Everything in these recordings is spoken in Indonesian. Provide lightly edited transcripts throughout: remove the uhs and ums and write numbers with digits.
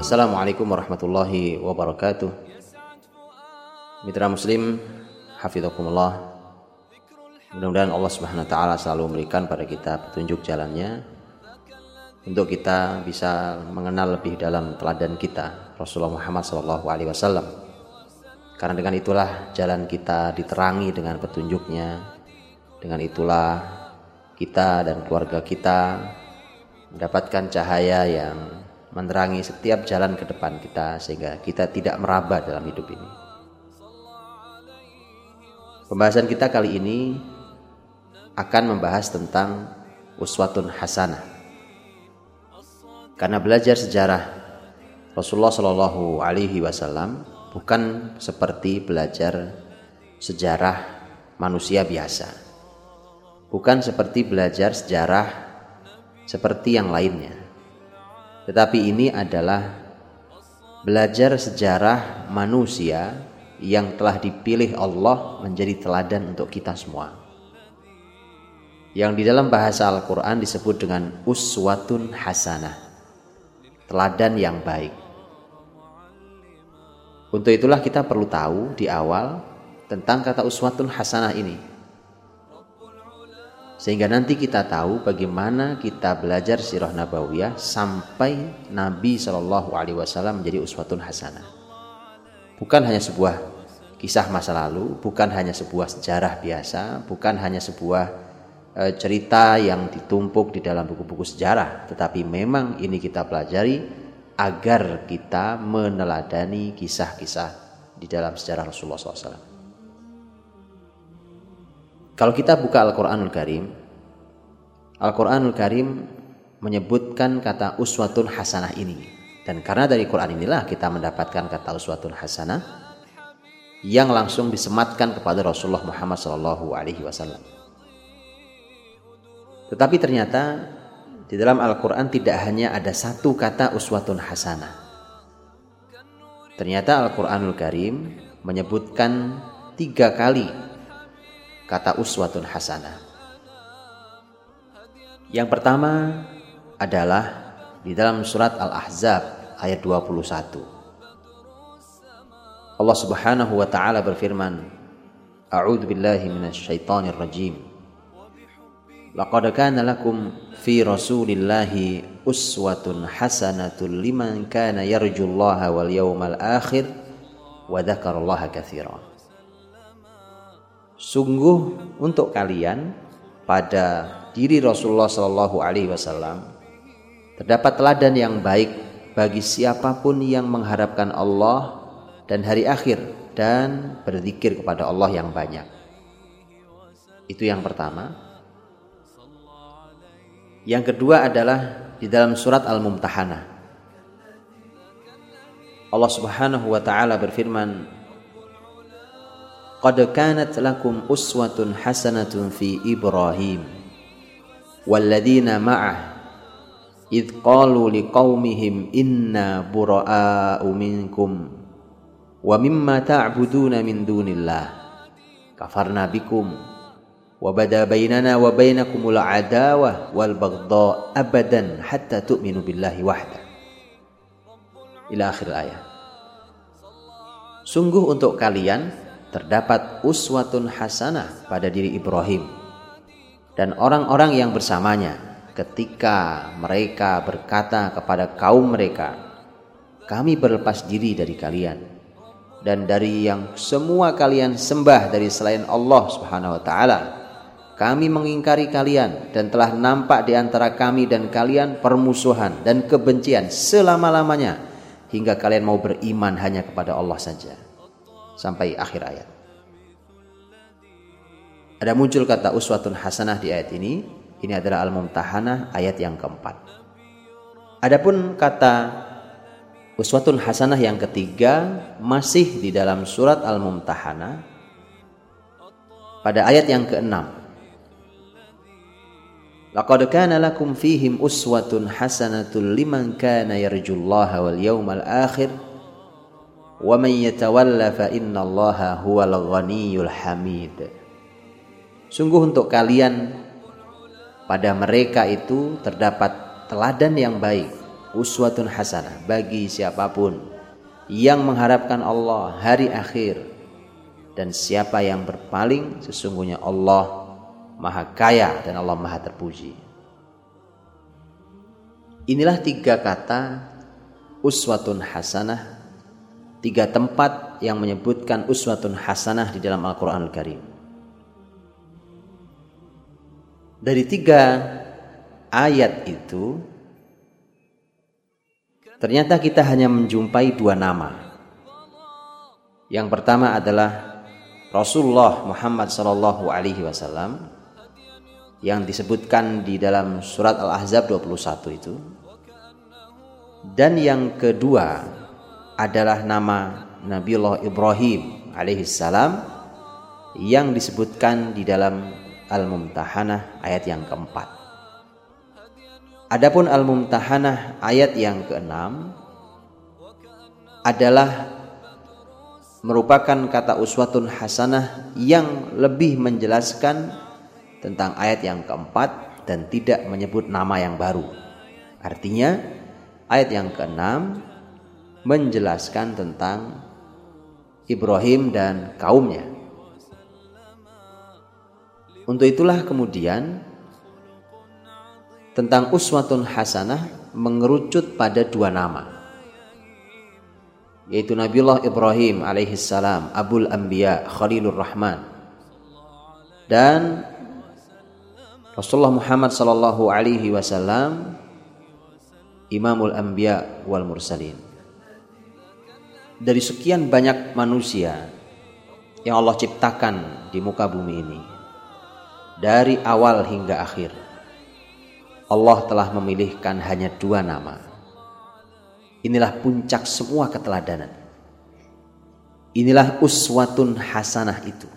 Assalamualaikum warahmatullahi wabarakatuh. Mitra muslim, hafidhakumullah. Mudah-mudahan Allah Subhanahu wa taala selalu memberikan pada kita petunjuk jalannya untuk kita bisa mengenal lebih dalam teladan kita Rasulullah Muhammad SAW. Karena dengan itulah jalan kita diterangi dengan petunjuknya. Dengan itulah kita dan keluarga kita mendapatkan cahaya yang menerangi setiap jalan ke depan kita, sehingga kita tidak meraba dalam hidup ini. Pembahasan kita kali ini akan membahas tentang uswatun hasanah. Karena belajar sejarah Rasulullah SAW bukan seperti belajar sejarah manusia biasa, bukan seperti belajar sejarah seperti yang lainnya. Tetapi ini adalah belajar sejarah manusia yang telah dipilih Allah menjadi teladan untuk kita semua. Yang di dalam bahasa Al-Quran disebut dengan uswatun hasanah, teladan yang baik. Untuk itulah kita perlu tahu di awal tentang kata uswatun hasanah ini, sehingga nanti kita tahu bagaimana kita belajar sirah nabawiyah sampai Nabi SAW menjadi uswatun hasanah. Bukan hanya sebuah kisah masa lalu, bukan hanya sebuah sejarah biasa, bukan hanya sebuah cerita yang ditumpuk di dalam buku-buku sejarah, tetapi memang ini kita pelajari agar kita meneladani kisah-kisah di dalam sejarah Rasulullah SAW. Kalau kita buka Al-Quranul Karim menyebutkan kata uswatun hasanah ini. Dan karena dari Quran inilah kita mendapatkan kata uswatun hasanah yang langsung disematkan kepada Rasulullah Muhammad SAW. Tetapi ternyata di dalam Al-Quran tidak hanya ada satu kata uswatun hasanah. Ternyata Al-Quranul Karim menyebutkan 3 kali kata uswatun hasanah. Yang pertama adalah di dalam surat Al-Ahzab ayat 21. Allah Subhanahu wa taala berfirman, A'udzu billahi minasyaitonir rajim. Laqad kana lakum fi Rasulillahi uswatun hasanatun liman kana yarjullaha wal yawmal akhir wa dzakarallaha katsiran. Sungguh untuk kalian pada diri Rasulullah SAW terdapat teladan yang baik bagi siapapun yang mengharapkan Allah dan hari akhir dan berzikir kepada Allah yang banyak. Itu yang pertama. Yang kedua adalah di dalam surat Al-Mumtahanah. Allah Subhanahu wa taala berfirman, Qad kanat lakum uswatun hasanatun fi Ibrahim walladzina ma'ah idh qalu liqaumihim inna bura'a'u minkum wa mimma ta'buduna min dunillah kafarna bikum wa bada bainana wa bainakumul adawah wal baghdha abadan hatta tu'minu billahi wahda ila akhir ayat. Sungguh untuk kalian terdapat uswatun hasanah pada diri Ibrahim dan orang-orang yang bersamanya ketika mereka berkata kepada kaum mereka, kami berlepas diri dari kalian dan dari yang semua kalian sembah dari selain Allah Subhanahu wa taala. Kami mengingkari kalian dan telah nampak di antara kami dan kalian permusuhan dan kebencian selama-lamanya hingga kalian mau beriman hanya kepada Allah saja. Sampai akhir ayat. Ada muncul kata uswatun hasanah di ayat ini. Ini adalah Al-Mumtahanah ayat yang keempat. Adapun kata uswatun hasanah yang ketiga masih di dalam surat Al-Mumtahanah pada ayat yang keenam. Laqad kana lakum fihim uswatun hasanatun liman kana yarjullaha wal yawmal akhir wa man yatawalla fa innallaha huwal ghaniyyul hamid. Sungguh untuk kalian pada mereka itu terdapat teladan yang baik uswatun hasanah bagi siapapun yang mengharapkan Allah, hari akhir, dan siapa yang berpaling, sesungguhnya Allah Maha Kaya dan Allah Maha Terpuji. Inilah 3 kata uswatun hasanah, 3 tempat yang menyebutkan uswatun hasanah di dalam Al-Quranul Karim. Dari 3 ayat itu, ternyata kita hanya menjumpai 2 nama. Yang pertama adalah Rasulullah Muhammad SAW yang disebutkan di dalam surat Al-Ahzab 21 itu. Dan yang kedua adalah nama Nabiullah Ibrahim alaihissalam yang disebutkan di dalam Al-Mumtahanah ayat yang keempat. Adapun Al-Mumtahanah ayat yang keenam adalah merupakan kata uswatun hasanah yang lebih menjelaskan tentang ayat yang keempat dan tidak menyebut nama yang baru. Artinya ayat yang keenam menjelaskan tentang Ibrahim dan kaumnya. Untuk itulah kemudian tentang uswatun hasanah mengerucut pada 2 nama, yaitu Nabiullah Ibrahim alaihissalam, Abul Anbiya, Khalilur Rahman, dan Rasulullah Muhammad sallallahu alaihi wasallam, Imamul Anbiya wal Mursalin. Dari sekian banyak manusia yang Allah ciptakan di muka bumi ini, dari awal hingga akhir, Allah telah memilihkan hanya 2 nama. Inilah puncak semua keteladanan. Inilah uswatun hasanah itu.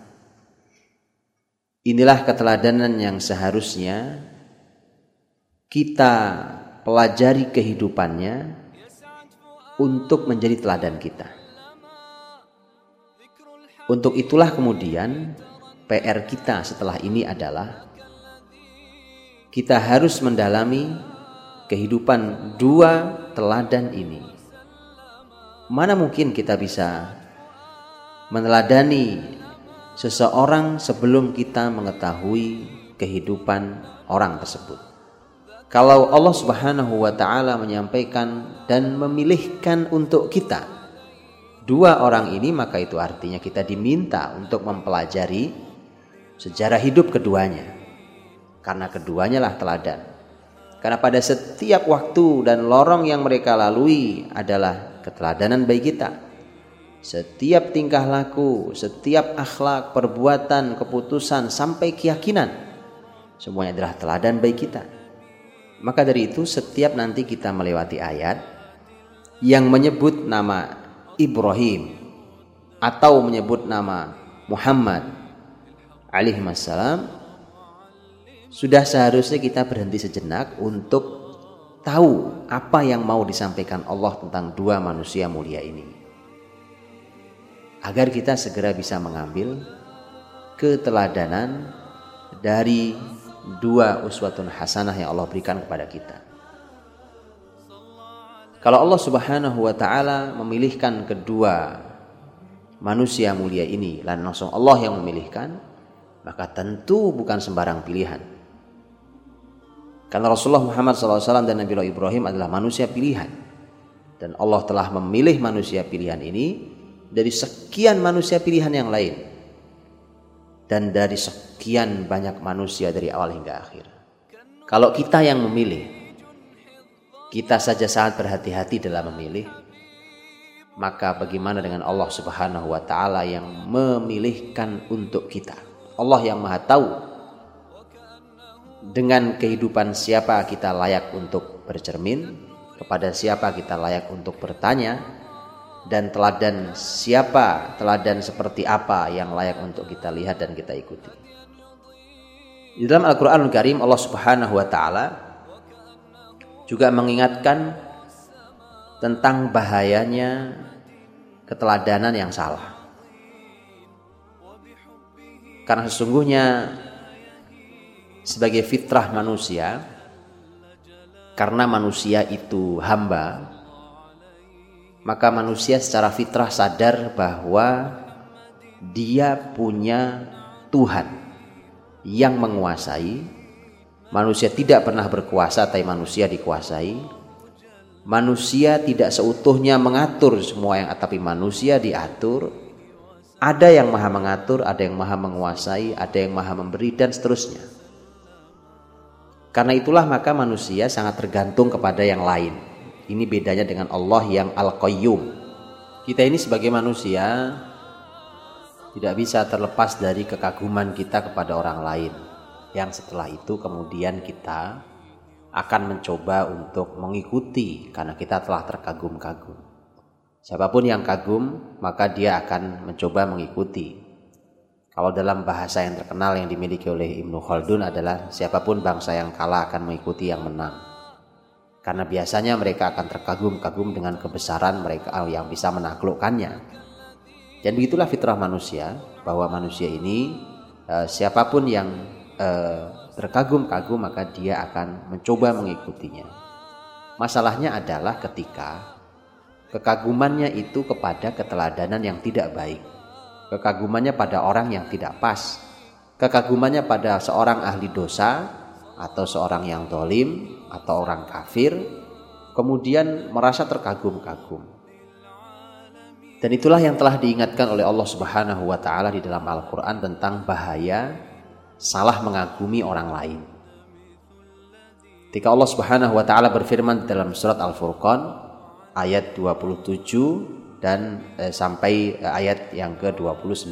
Inilah keteladanan yang seharusnya kita pelajari kehidupannya untuk menjadi teladan kita. Untuk itulah kemudian PR kita setelah ini adalah kita harus mendalami kehidupan 2 teladan ini. Mana mungkin kita bisa meneladani seseorang sebelum kita mengetahui kehidupan orang tersebut. Kalau Allah Subhanahu wa ta'ala menyampaikan dan memilihkan untuk kita 2 orang ini, maka itu artinya kita diminta untuk mempelajari sejarah hidup keduanya, karena keduanya lah teladan. Karena pada setiap waktu dan lorong yang mereka lalui adalah keteladanan bagi kita. Setiap tingkah laku, setiap akhlak, perbuatan, keputusan, sampai keyakinan, semuanya adalah teladan bagi kita. Maka dari itu setiap nanti kita melewati ayat yang menyebut nama Ibrahim atau menyebut nama Muhammad alaihissalam, sudah seharusnya kita berhenti sejenak untuk tahu apa yang mau disampaikan Allah tentang 2 manusia mulia ini, agar kita segera bisa mengambil keteladanan dari 2 uswatun hasanah yang Allah berikan kepada kita. Kalau Allah Subhanahu wa ta'ala memilihkan kedua manusia mulia ini, dan langsung Allah yang memilihkan, maka tentu bukan sembarang pilihan. Karena Rasulullah Muhammad SAW dan Nabiullah Ibrahim adalah manusia pilihan. Dan Allah telah memilih manusia pilihan ini dari sekian manusia pilihan yang lain. Dan dari sekian banyak manusia dari awal hingga akhir. Kalau kita yang memilih, kita saja sangat berhati-hati dalam memilih, maka bagaimana dengan Allah Subhanahu wa ta'ala yang memilihkan untuk kita? Allah yang Maha tahu dengan kehidupan siapa kita layak untuk bercermin, kepada siapa kita layak untuk bertanya, dan teladan siapa, teladan seperti apa yang layak untuk kita lihat dan kita ikuti. Di dalam Al-Quranul Karim, Allah Subhanahu wa ta'ala juga mengingatkan tentang bahayanya keteladanan yang salah. Karena sesungguhnya sebagai fitrah manusia, karena manusia itu hamba, maka manusia secara fitrah sadar bahwa dia punya Tuhan yang menguasai. Manusia tidak pernah berkuasa, tapi manusia dikuasai. Manusia tidak seutuhnya mengatur semua yang, tapi manusia diatur. Ada yang maha mengatur, ada yang maha menguasai, ada yang maha memberi, dan seterusnya. Karena itulah maka manusia sangat tergantung kepada yang lain. Ini bedanya dengan Allah yang Al-Qayyum. Kita ini sebagai manusia tidak bisa terlepas dari kekaguman kita kepada orang lain, yang setelah itu kemudian kita akan mencoba untuk mengikuti karena kita telah terkagum-kagum. Siapapun yang kagum, maka dia akan mencoba mengikuti. Kalau dalam bahasa yang terkenal yang dimiliki oleh Ibnu Khaldun adalah siapapun bangsa yang kalah akan mengikuti yang menang. Karena biasanya mereka akan terkagum-kagum dengan kebesaran mereka yang bisa menaklukkannya. Dan begitulah fitrah manusia, bahwa manusia ini siapapun yang terkagum-kagum maka dia akan mencoba mengikutinya. Masalahnya adalah ketika kekagumannya itu kepada keteladanan yang tidak baik, kekagumannya pada orang yang tidak pas, kekagumannya pada seorang ahli dosa atau seorang yang zalim atau orang kafir, kemudian merasa terkagum-kagum. Dan itulah yang telah diingatkan oleh Allah Subhanahu wa taala di dalam Al-Qur'an tentang bahaya salah mengagumi orang lain. Ketika Allah Subhanahu wa taala berfirman dalam surat Al-Furqan ayat 27 dan sampai ayat yang ke-29.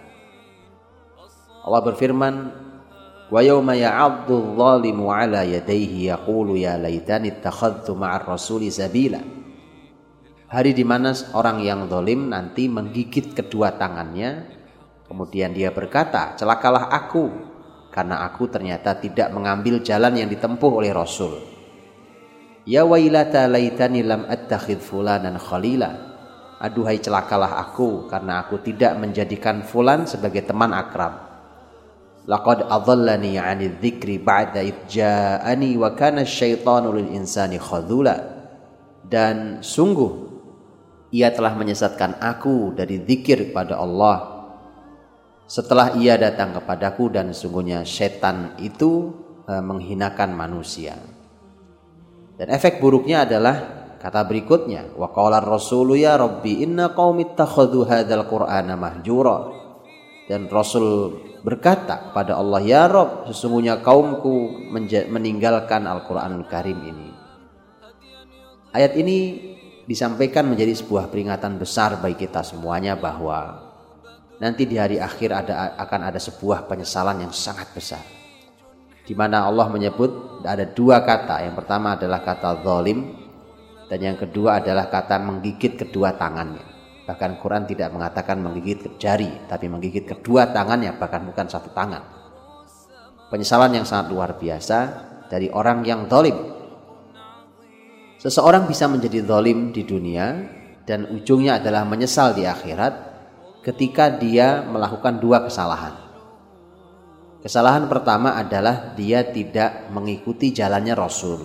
Allah berfirman, "Wa yauma ya'addu adh-dhalimu 'ala yadayhi yaqulu ya laitani ittakhadhtu ma'ar rasuli sabila." Hari di mana orang yang zalim nanti menggigit kedua tangannya, kemudian dia berkata, celakalah aku, karena aku ternyata tidak mengambil jalan yang ditempuh oleh Rasul. Ya wailata laitani lam attakhidh fulanan khalila. Aduhai celakalah aku, karena aku tidak menjadikan fulan sebagai teman akrab. Laqad adhallani 'anidz dzikri ba'da idh ja'ani wa kana asyaitanu lil insani khadhula. Dan sungguh ia telah menyesatkan aku dari zikir kepada Allah setelah ia datang kepadaku, dan sungguhnya setan itu menghinakan manusia. Dan efek buruknya adalah kata berikutnya, wa qala ar-rasulu ya rabbi inna qaumi ittakhadhu hadzal qur'ana mahjura. Dan Rasul berkata kepada Allah, ya Rabb, sesungguhnya kaumku meninggalkan Al-Qur'anul Karim ini. Ayat ini disampaikan menjadi sebuah peringatan besar bagi kita semuanya, bahwa nanti di hari akhir akan ada sebuah penyesalan yang sangat besar, di mana Allah menyebut ada dua kata. Yang pertama adalah kata zalim, dan yang kedua adalah kata menggigit kedua tangannya. Bahkan Quran tidak mengatakan menggigit jari, tapi menggigit kedua tangannya, bahkan bukan satu tangan. Penyesalan yang sangat luar biasa dari orang yang zalim. Seseorang bisa menjadi zalim di dunia dan ujungnya adalah menyesal di akhirat ketika dia melakukan dua kesalahan. Kesalahan pertama adalah dia tidak mengikuti jalannya Rasul.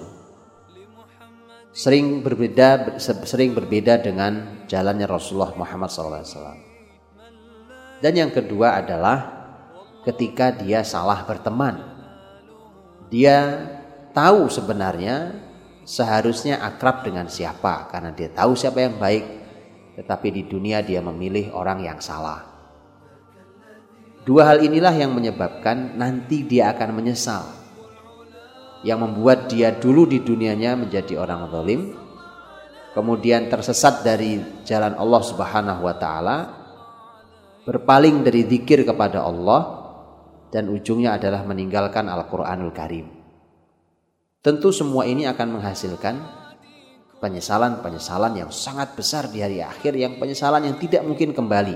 Sering berbeda dengan jalannya Rasulullah Muhammad SAW. Dan yang kedua adalah ketika dia salah berteman. Dia tahu sebenarnya seharusnya akrab dengan siapa, karena dia tahu siapa yang baik, tetapi di dunia dia memilih orang yang salah. Dua hal inilah yang menyebabkan nanti dia akan menyesal, yang membuat dia dulu di dunianya menjadi orang zalim, kemudian tersesat dari jalan Allah Subhanahu wa taala, berpaling dari zikir kepada Allah, dan ujungnya adalah meninggalkan Al-Qur'anul Karim. Tentu semua ini akan menghasilkan penyesalan-penyesalan yang sangat besar di hari akhir, yang penyesalan yang tidak mungkin kembali.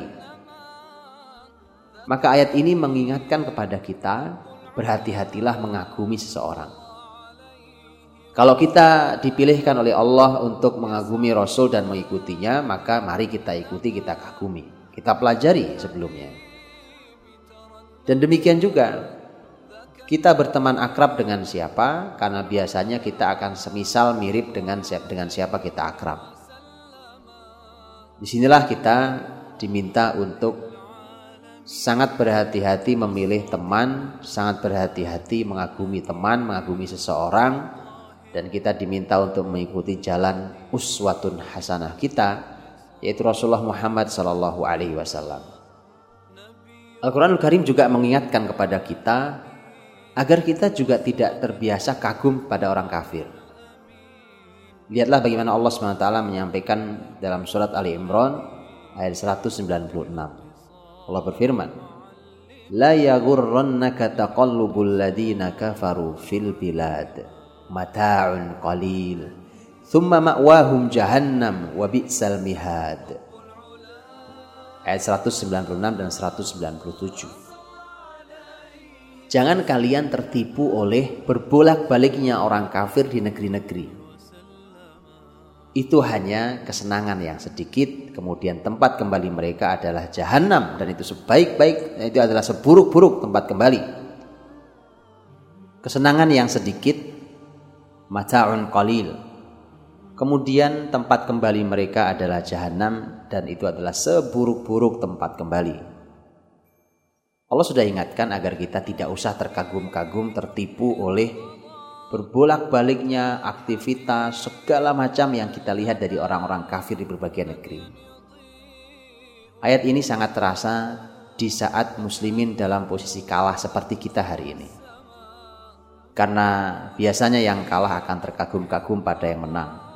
Maka ayat ini mengingatkan kepada kita, berhati-hatilah mengagumi seseorang. Kalau kita dipilihkan oleh Allah untuk mengagumi Rasul dan mengikutinya, maka mari kita ikuti, kita kagumi, kita pelajari sebelumnya. Dan demikian juga Kita berteman akrab dengan siapa? Karena biasanya kita akan semisal mirip dengan siapa kita akrab. Disinilah kita diminta untuk sangat berhati-hati memilih teman, sangat berhati-hati mengagumi teman, mengagumi seseorang, dan kita diminta untuk mengikuti jalan uswatun hasanah kita, yaitu Rasulullah Muhammad SAW. Al-Quranul Karim juga mengingatkan kepada kita agar kita juga tidak terbiasa kagum pada orang kafir. Lihatlah bagaimana Allah SWT menyampaikan dalam surat Ali Imran ayat 196. Allah berfirman, La yaghurrannaka taqallubul ladina kafaru fil bilad mata'un qalil thumma ma'wahum jahannam wa bi'sal mihad. Ayat 196 dan 197. Jangan kalian tertipu oleh berbolak-baliknya orang kafir di negeri-negeri. Itu hanya kesenangan yang sedikit, kemudian tempat kembali mereka adalah jahanam, dan itu itu adalah seburuk-buruk tempat kembali. Kesenangan yang sedikit, mata'un qalil. Kemudian tempat kembali mereka adalah jahanam, dan itu adalah seburuk-buruk tempat kembali. Allah sudah ingatkan agar kita tidak usah terkagum-kagum, tertipu oleh berbolak-baliknya aktivitas segala macam yang kita lihat dari orang-orang kafir di berbagai negeri. Ayat ini sangat terasa di saat muslimin dalam posisi kalah seperti kita hari ini. Karena biasanya yang kalah akan terkagum-kagum pada yang menang.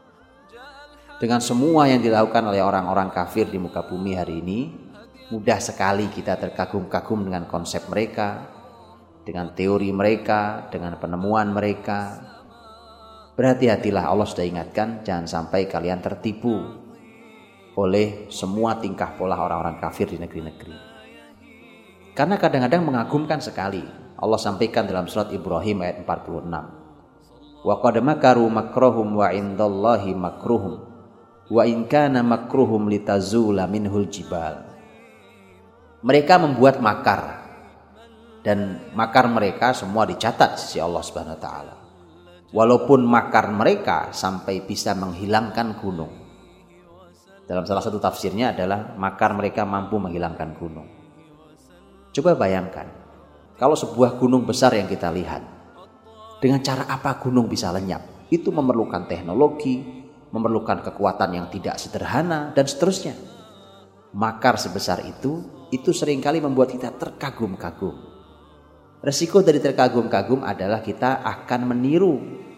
Dengan semua yang dilakukan oleh orang-orang kafir di muka bumi hari ini, mudah sekali kita terkagum-kagum dengan konsep mereka, dengan teori mereka, dengan penemuan mereka. Berhati-hatilah, Allah sudah ingatkan, jangan sampai kalian tertipu oleh semua tingkah pola orang-orang kafir di negeri-negeri. Karena kadang-kadang mengagumkan sekali. Allah sampaikan dalam surat Ibrahim ayat 46. Wa qad makaru makruhum wa indallahi makruhum wa in kana makruhum litazula minhul jibal. Mereka membuat makar, dan makar mereka semua dicatat sisi Allah Subhanahu wa taala. Walaupun makar mereka sampai bisa menghilangkan gunung. Dalam salah satu tafsirnya adalah makar mereka mampu menghilangkan gunung. Coba bayangkan, kalau sebuah gunung besar yang kita lihat, dengan cara apa gunung bisa lenyap? Itu memerlukan teknologi, memerlukan kekuatan yang tidak sederhana, dan seterusnya. Makar sebesar itu seringkali membuat kita terkagum-kagum. Resiko dari terkagum-kagum adalah kita akan meniru.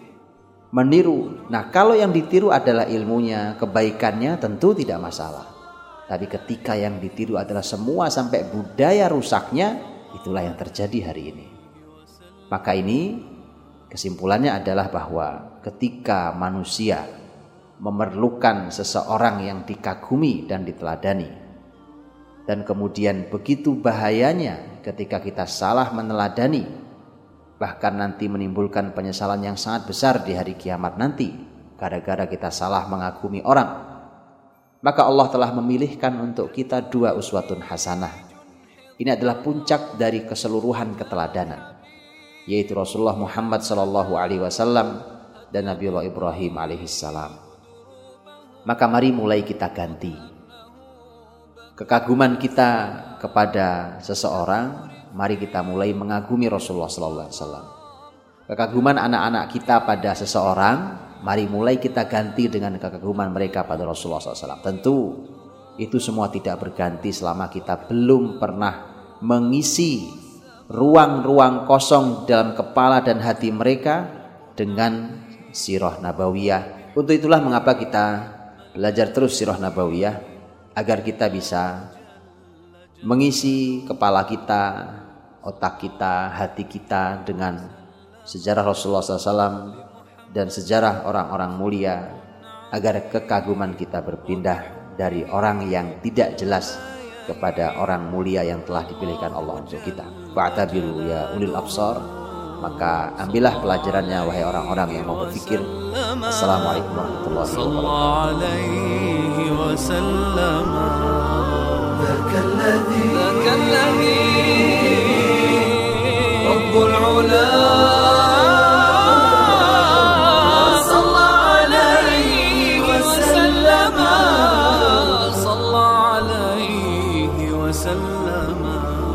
Nah, kalau yang ditiru adalah ilmunya, kebaikannya, tentu tidak masalah. Tapi ketika yang ditiru adalah semua sampai budaya rusaknya, itulah yang terjadi hari ini. Maka ini kesimpulannya adalah bahwa ketika manusia memerlukan seseorang yang dikagumi dan diteladani, dan kemudian begitu bahayanya ketika kita salah meneladani, bahkan nanti menimbulkan penyesalan yang sangat besar di hari kiamat nanti, gara-gara kita salah mengagumi orang. Maka Allah telah memilihkan untuk kita dua uswatun hasanah. Ini adalah puncak dari keseluruhan keteladanan, yaitu Rasulullah Muhammad SAW dan Nabiullah Ibrahim alaihissalam. Maka mari mulai kita ganti kekaguman kita kepada seseorang, mari kita mulai mengagumi Rasulullah SAW. Kekaguman anak-anak kita pada seseorang, mari mulai kita ganti dengan kekaguman mereka pada Rasulullah SAW. Tentu itu semua tidak berganti selama kita belum pernah mengisi ruang-ruang kosong dalam kepala dan hati mereka dengan sirah nabawiyah. Untuk itulah mengapa kita belajar terus sirah nabawiyah, agar kita bisa mengisi kepala kita, otak kita, hati kita dengan sejarah Rasulullah SAW dan sejarah orang-orang mulia, agar kekaguman kita berpindah dari orang yang tidak jelas kepada orang mulia yang telah dipilihkan Allah untuk kita. Fa'tabiru ya ulil absar, maka ambillah pelajarannya wahai orang-orang yang mau berpikir. Assalamualaikum warahmatullahi wabarakatuh. العلا صلى عليه وسلم، صلى عليه وسلم.